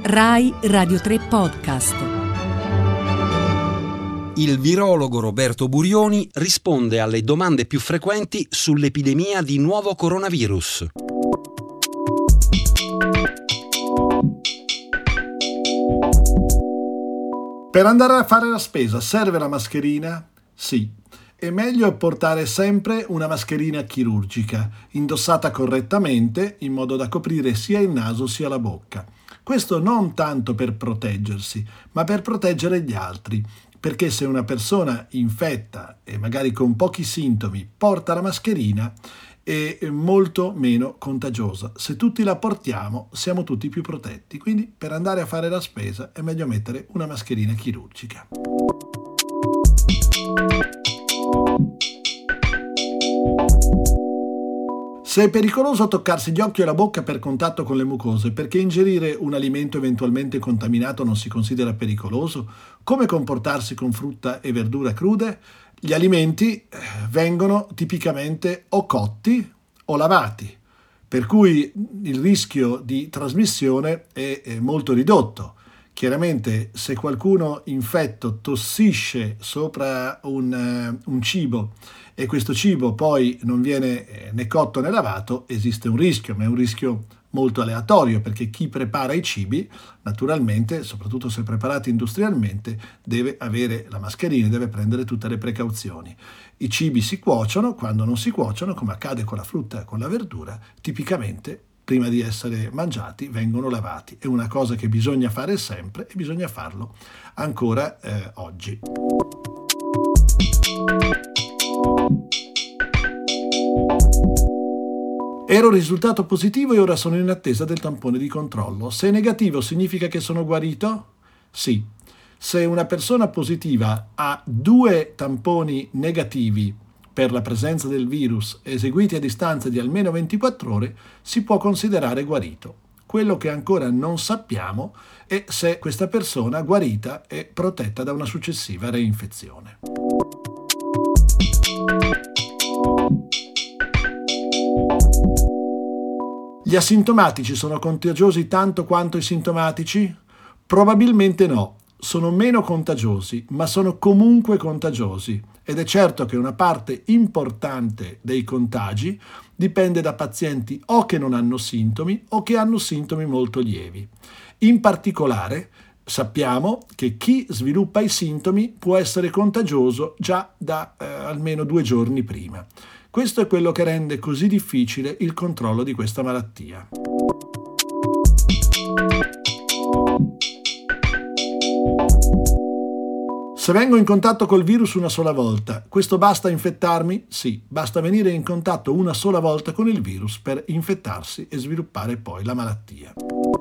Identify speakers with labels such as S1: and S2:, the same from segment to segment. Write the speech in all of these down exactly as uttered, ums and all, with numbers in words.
S1: Rai Radio tre Podcast.
S2: Il virologo Roberto Burioni risponde alle domande più frequenti sull'epidemia di nuovo coronavirus.
S3: Per andare a fare la spesa serve la mascherina? Sì. È meglio portare sempre una mascherina chirurgica, indossata correttamente in modo da coprire sia il naso sia la bocca. Questo non tanto per proteggersi, ma per proteggere gli altri, perché se una persona infetta e magari con pochi sintomi porta la mascherina è molto meno contagiosa. Se tutti la portiamo siamo tutti più protetti, quindi per andare a fare la spesa è meglio mettere una mascherina chirurgica. Se è pericoloso toccarsi gli occhi e la bocca per contatto con le mucose, perché ingerire un alimento eventualmente contaminato non si considera pericoloso? Come comportarsi con frutta e verdura crude? Gli alimenti vengono tipicamente o cotti o lavati, per cui il rischio di trasmissione è molto ridotto. Chiaramente se qualcuno infetto tossisce sopra un, un cibo e questo cibo poi non viene né cotto né lavato, esiste un rischio, ma è un rischio molto aleatorio, perché chi prepara i cibi, naturalmente, soprattutto se preparati industrialmente, deve avere la mascherina, deve prendere tutte le precauzioni. I cibi si cuociono, quando non si cuociono, come accade con la frutta e con la verdura, tipicamente prima di essere mangiati vengono lavati. È una cosa che bisogna fare sempre e bisogna farlo ancora eh, oggi. Ero risultato positivo e ora sono in attesa del tampone di controllo. Se è negativo significa che sono guarito? Sì. Se una persona positiva ha due tamponi negativi per la presenza del virus eseguiti a distanza di almeno ventiquattro ore, si può considerare guarito. Quello che ancora non sappiamo è se questa persona guarita è protetta da una successiva reinfezione. Gli asintomatici sono contagiosi tanto quanto i sintomatici? Probabilmente no. Sono meno contagiosi, ma sono comunque contagiosi, ed è certo che una parte importante dei contagi dipende da pazienti o che non hanno sintomi o che hanno sintomi molto lievi. In particolare sappiamo che chi sviluppa i sintomi può essere contagioso già da eh, almeno due giorni prima. Questo è quello che rende così difficile il controllo di questa malattia. Se vengo in contatto col virus una sola volta, questo basta a infettarmi? Sì, basta venire in contatto una sola volta con il virus per infettarsi e sviluppare poi la malattia.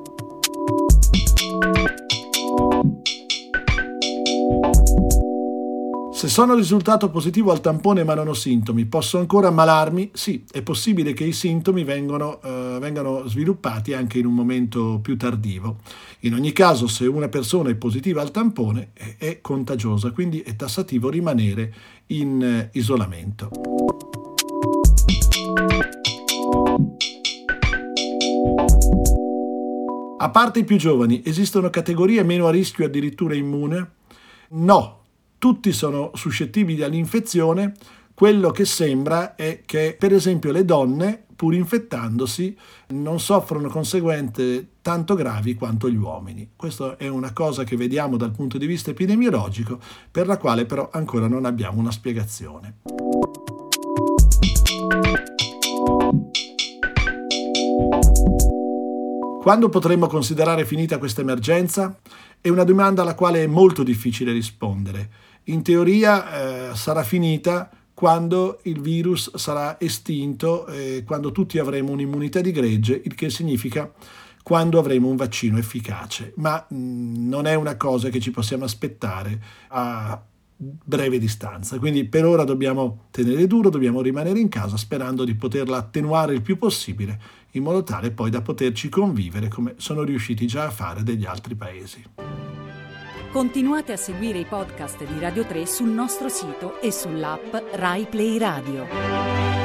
S3: Se sono risultato positivo al tampone ma non ho sintomi, posso ancora ammalarmi? Sì, è possibile che i sintomi vengano, eh, vengano sviluppati anche in un momento più tardivo. In ogni caso, se una persona è positiva al tampone, è, è contagiosa, quindi è tassativo rimanere in eh, isolamento. A parte i più giovani, esistono categorie meno a rischio e addirittura immune? No. Tutti sono suscettibili all'infezione. Quello che sembra è che, per esempio, le donne, pur infettandosi, non soffrono conseguenze tanto gravi quanto gli uomini. Questa è una cosa che vediamo dal punto di vista epidemiologico, per la quale però ancora non abbiamo una spiegazione. Quando potremmo considerare finita questa emergenza? È una domanda alla quale è molto difficile rispondere. In teoria eh, sarà finita quando il virus sarà estinto, eh, quando tutti avremo un'immunità di gregge, il che significa quando avremo un vaccino efficace. Ma mh, non è una cosa che ci possiamo aspettare a breve distanza. Quindi per ora dobbiamo tenere duro, dobbiamo rimanere in casa sperando di poterla attenuare il più possibile, in modo tale poi da poterci convivere come sono riusciti già a fare degli altri paesi.
S1: Continuate a seguire i podcast di Radio tre sul nostro sito e sull'app Rai Play Radio.